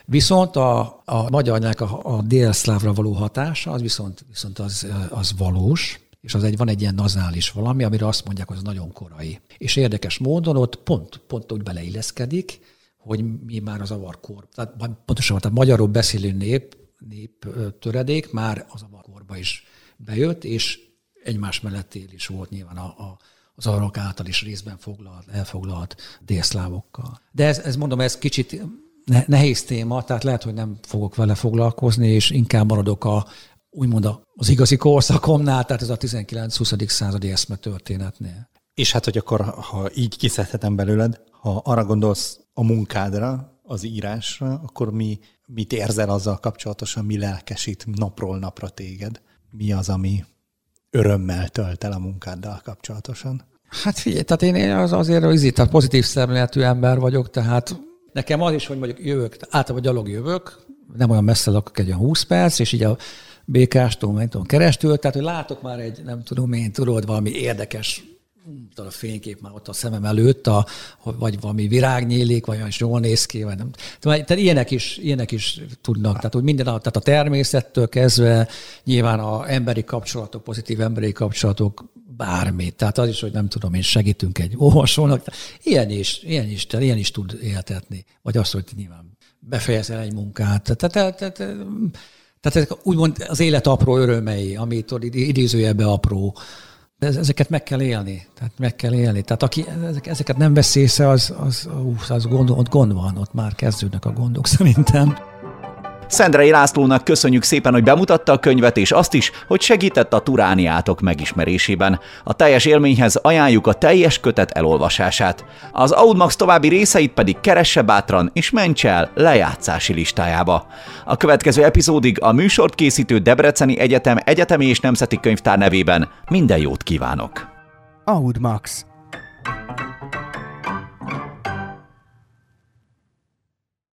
Viszont a magyar nyelvnek a délszlávra való hatása, az viszont az valós, és van egy ilyen nazális valami, amire azt mondják, hogy az nagyon korai. És érdekes módon ott pont úgy beleilleszkedik, hogy mi már az avarkor, tehát pontosan, tehát magyarul beszélő nép töredék már az avarkorba is bejött, és egymás mellett él is volt nyilván az avarok által is részben elfoglalt délszlávokkal. De ez kicsit nehéz téma, tehát lehet, hogy nem fogok vele foglalkozni, és inkább maradok úgymond az igazi korszakomnál, tehát ez a 19-20. századi eszmetörténetnél. És hát, hogy akkor, ha így kiszedhetem belőled, ha arra gondolsz a munkádra, az írásra, akkor mit érzel azzal kapcsolatosan, mi lelkesít napról napra téged? Mi az, ami örömmel tölt el a munkáddal kapcsolatosan? Hát figyelj, tehát én azért pozitív szemléletű ember vagyok, tehát nekem az is, hogy mondjuk jövök, általában gyalog jövök, nem olyan messze lakok, egy olyan 20 perc, és így a Békástól, keresztül, tehát hogy látok már valami érdekes a fénykép már ott a szemem előtt, vagy valami virág nyílik, vagy olyan is jól néz ki, vagy nem. Tehát ilyenek is tudnak. Tehát, hogy tehát a természettől kezdve nyilván az emberi kapcsolatok, pozitív emberi kapcsolatok, bármit. Tehát az is, hogy nem tudom, én segítünk egy olvasónak. Ilyen is tud éltetni. Vagy az, hogy nyilván befejezel egy munkát. Tehát úgymond az élet apró örömei, amit idézőjelben apró. De ezeket meg kell élni. Tehát aki ezeket nem vesz észre, az gond van, ott már kezdődnek a gondok szerintem. Szendrei Lászlónak köszönjük szépen, hogy bemutatta a könyvet, és azt is, hogy segített a turániátok megismerésében. A teljes élményhez ajánljuk a teljes kötet elolvasását. Az Audmax további részeit pedig keresse bátran, és mentse el lejátszási listájába. A következő epizódig a műsort készítő Debreceni Egyetem Egyetemi és Nemzeti Könyvtár nevében minden jót kívánok! Audmax.